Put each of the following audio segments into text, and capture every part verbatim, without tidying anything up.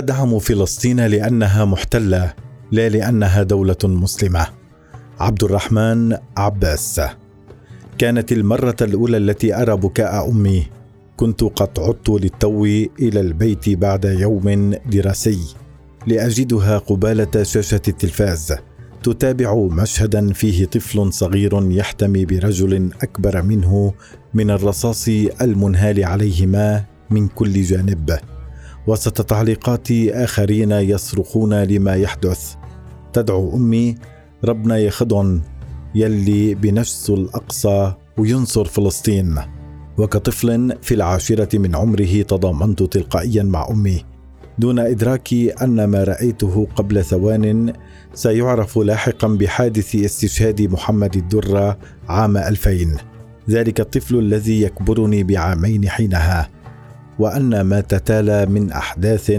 أدعم فلسطين لأنها محتلة، لا لأنها دولة مسلمة. عبد الرحمن عباس. كانت المرة الأولى التي أرى بكاء أمي، كنت قد عدت للتو إلى البيت بعد يوم دراسي لأجدها قبالة شاشة التلفاز تتابع مشهدا فيه طفل صغير يحتمي برجل أكبر منه من الرصاص المنهال عليهما من كل جانب، وسط تعليقات آخرين يصرخون لما يحدث. تدعو أمي: ربنا يخضن يلي بنفس الأقصى وينصر فلسطين. وكطفل في العاشرة من عمره تضامنت تلقائيا مع أمي دون إدراكي أن ما رأيته قبل ثوان سيعرف لاحقا بحادث استشهاد محمد الدرة عام ألفين، ذلك الطفل الذي يكبرني بعامين حينها، وأن ما تتالى من أحداث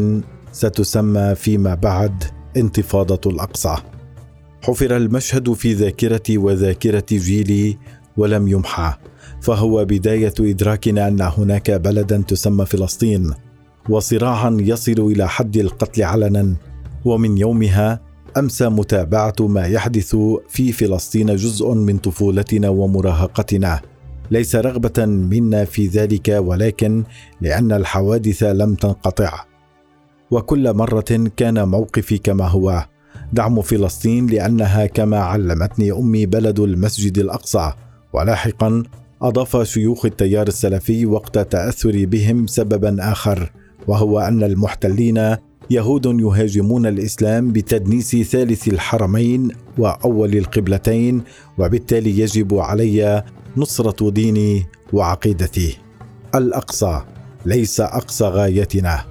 ستسمى فيما بعد انتفاضة الأقصى. حفر المشهد في ذاكرتي وذاكرة جيلي ولم يمحى، فهو بداية إدراكنا أن هناك بلدا تسمى فلسطين، وصراعا يصل إلى حد القتل علنا. ومن يومها أمسى متابعة ما يحدث في فلسطين جزء من طفولتنا ومراهقتنا، ليس رغبة منا في ذلك، ولكن لأن الحوادث لم تنقطع. وكل مرة كان موقفي كما هو: دعم فلسطين لأنها كما علمتني أمي بلد المسجد الأقصى. ولاحقا أضاف شيوخ التيار السلفي وقت تأثري بهم سببا آخر، وهو أن المحتلين يهود يهاجمون الإسلام بتدنيس ثالث الحرمين وأول القبلتين، وبالتالي يجب علي نصرة ديني وعقيدتي. الأقصى ليس أقصى غايتنا.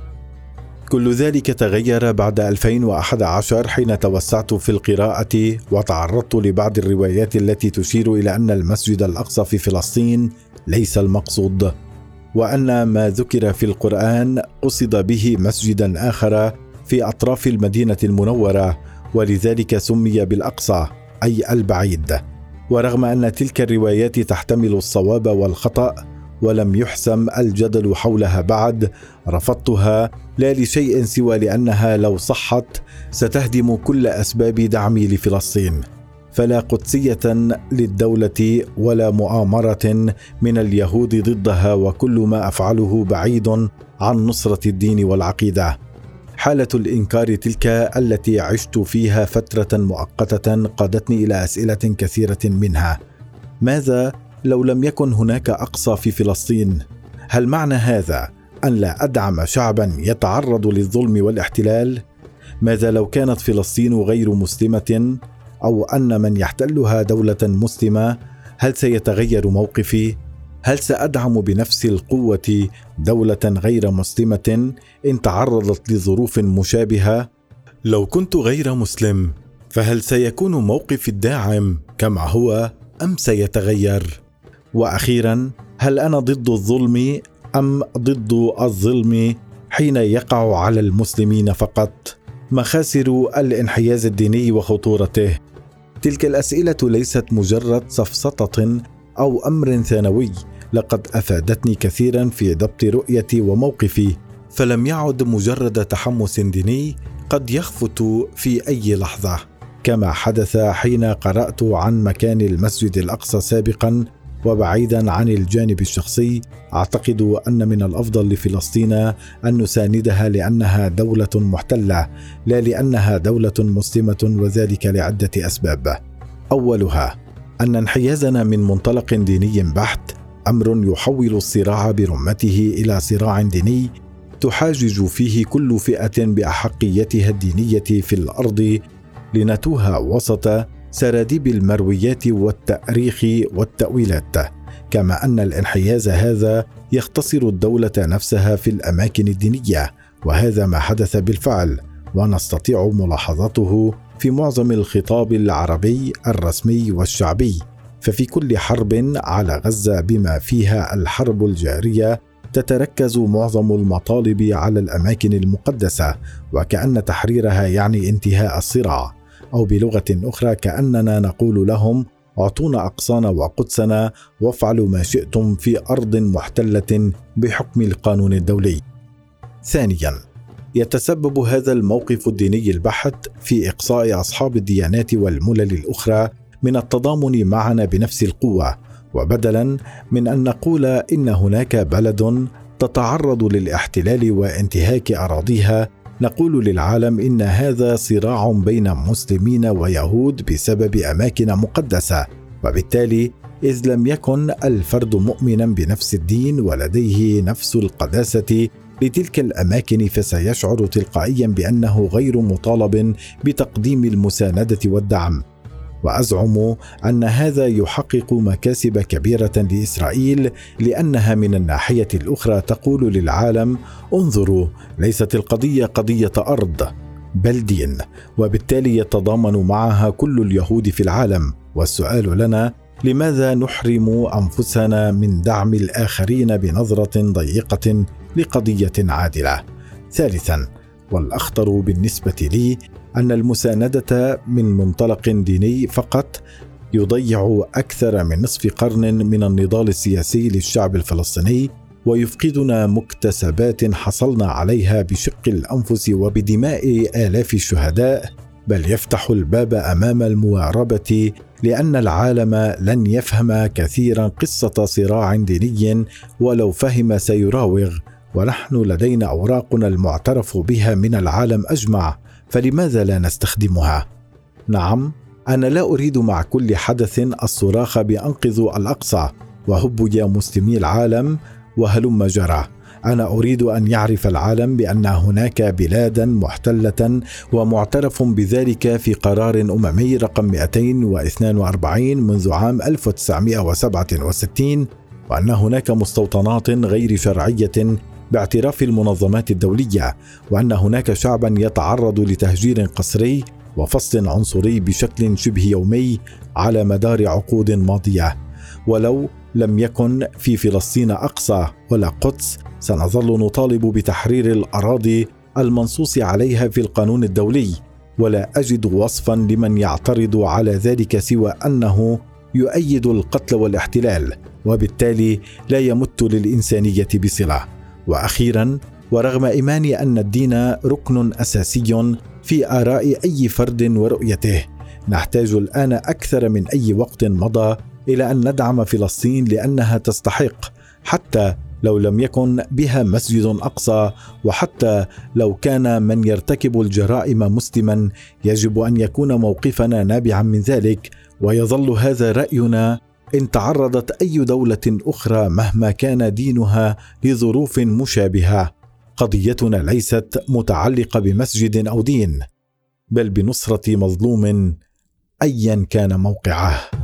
كل ذلك تغير بعد ألفين وأحد عشر حين توسعت في القراءة وتعرضت لبعض الروايات التي تشير إلى أن المسجد الأقصى في فلسطين ليس المقصود، وأن ما ذكر في القرآن قصد به مسجدا آخر في أطراف المدينة المنورة، ولذلك سمي بالأقصى أي البعيد. ورغم أن تلك الروايات تحتمل الصواب والخطأ ولم يحسم الجدل حولها بعد، رفضتها لا لشيء سوى لأنها لو صحت ستهدم كل أسباب دعمي لفلسطين. فلا قدسية للدولة ولا مؤامرة من اليهود ضدها، وكل ما أفعله بعيد عن نصرة الدين والعقيدة. حالة الإنكار تلك التي عشت فيها فترة مؤقتة قادتني إلى أسئلة كثيرة، منها: ماذا لو لم يكن هناك أقصى في فلسطين؟ هل معنى هذا أن لا أدعم شعبا يتعرض للظلم والاحتلال؟ ماذا لو كانت فلسطين غير مسلمة، أو أن من يحتلها دولة مسلمة؟ هل سيتغير موقفي؟ هل سأدعم بنفس القوة دولة غير مسلمة إن تعرضت لظروف مشابهة؟ لو كنت غير مسلم فهل سيكون موقف الداعم كما هو أم سيتغير؟ وأخيرا، هل أنا ضد الظلم أم ضد الظلم حين يقع على المسلمين فقط؟ مخاسر الانحياز الديني وخطورته. تلك الأسئلة ليست مجرد سفسطة أو أمر ثانوي، لقد أفادتني كثيرا في ضبط رؤيتي وموقفي، فلم يعد مجرد تحمس ديني قد يخفت في أي لحظة، كما حدث حين قرأت عن مكان المسجد الأقصى سابقا. وبعيدا عن الجانب الشخصي، أعتقد أن من الأفضل لفلسطين أن نساندها لأنها دولة محتلة، لا لأنها دولة مسلمة، وذلك لعدة أسباب. أولها أن انحيازنا من منطلق ديني بحت أمر يحول الصراع برمته إلى صراع ديني تحاجج فيه كل فئة بأحقيتها الدينية في الأرض لنتوه وسط سراديب المرويات والتأريخ والتأويلات، كما أن الانحياز هذا يختصر الدولة نفسها في الأماكن الدينية، وهذا ما حدث بالفعل، ونستطيع ملاحظته في معظم الخطاب العربي الرسمي والشعبي. ففي كل حرب على غزة بما فيها الحرب الجارية تتركز معظم المطالب على الأماكن المقدسة، وكأن تحريرها يعني انتهاء الصراع، أو بلغة أخرى كأننا نقول لهم: اعطونا أقصانا وقدسنا وافعلوا ما شئتم في أرض محتلة بحكم القانون الدولي. ثانيا، يتسبب هذا الموقف الديني البحت في إقصاء أصحاب الديانات والملل الأخرى من التضامن معنا بنفس القوة، وبدلا من أن نقول إن هناك بلد تتعرض للاحتلال وانتهاك أراضيها، نقول للعالم إن هذا صراع بين مسلمين ويهود بسبب أماكن مقدسة، وبالتالي إذ لم يكن الفرد مؤمنا بنفس الدين ولديه نفس القداسة لتلك الأماكن، فسيشعر تلقائيا بأنه غير مطالب بتقديم المساندة والدعم. وأزعم أن هذا يحقق مكاسب كبيرة لإسرائيل، لأنها من الناحية الأخرى تقول للعالم: انظروا، ليست القضية قضية أرض بل دين، وبالتالي يتضامن معها كل اليهود في العالم. والسؤال لنا: لماذا نحرم أنفسنا من دعم الآخرين بنظرة ضيقة لقضية عادلة؟ ثالثا، والأخطر بالنسبة لي، أن المساندة من منطلق ديني فقط يضيع أكثر من نصف قرن من النضال السياسي للشعب الفلسطيني، ويفقدنا مكتسبات حصلنا عليها بشق الأنفس وبدماء آلاف الشهداء، بل يفتح الباب أمام المواربة، لأن العالم لن يفهم كثيرا قصة صراع ديني، ولو فهم سيراوغ، ونحن لدينا أوراقنا المعترف بها من العالم أجمع، فلماذا لا نستخدمها؟ نعم، أنا لا أريد مع كل حدث الصراخ بأنقذوا الأقصى وهبوا يا مسلمي العالم وهلم جرى. أنا أريد أن يعرف العالم بأن هناك بلادا محتلة ومعترف بذلك في قرار أممي رقم مئتين واثنين وأربعين منذ عام ألف وتسعمائة وسبعة وستين، وأن هناك مستوطنات غير شرعية باعتراف المنظمات الدولية، وأن هناك شعبا يتعرض لتهجير قسري وفصل عنصري بشكل شبه يومي على مدار عقود ماضية. ولو لم يكن في فلسطين أقصى ولا قدس، سنظل نطالب بتحرير الأراضي المنصوص عليها في القانون الدولي، ولا أجد وصفا لمن يعترض على ذلك سوى أنه يؤيد القتل والاحتلال، وبالتالي لا يمت للإنسانية بصلة. وأخيرا، ورغم إيماني أن الدين ركن أساسي في آراء أي فرد ورؤيته، نحتاج الآن أكثر من أي وقت مضى إلى أن ندعم فلسطين، لأنها تستحق، حتى لو لم يكن بها مسجد أقصى، وحتى لو كان من يرتكب الجرائم مسلما، يجب أن يكون موقفنا نابعا من ذلك، ويظل هذا رأينا إن تعرضت أي دولة أخرى مهما كان دينها لظروف مشابهة. قضيتنا ليست متعلقة بمسجد أو دين، بل بنصرة مظلوم أيا كان موقعه.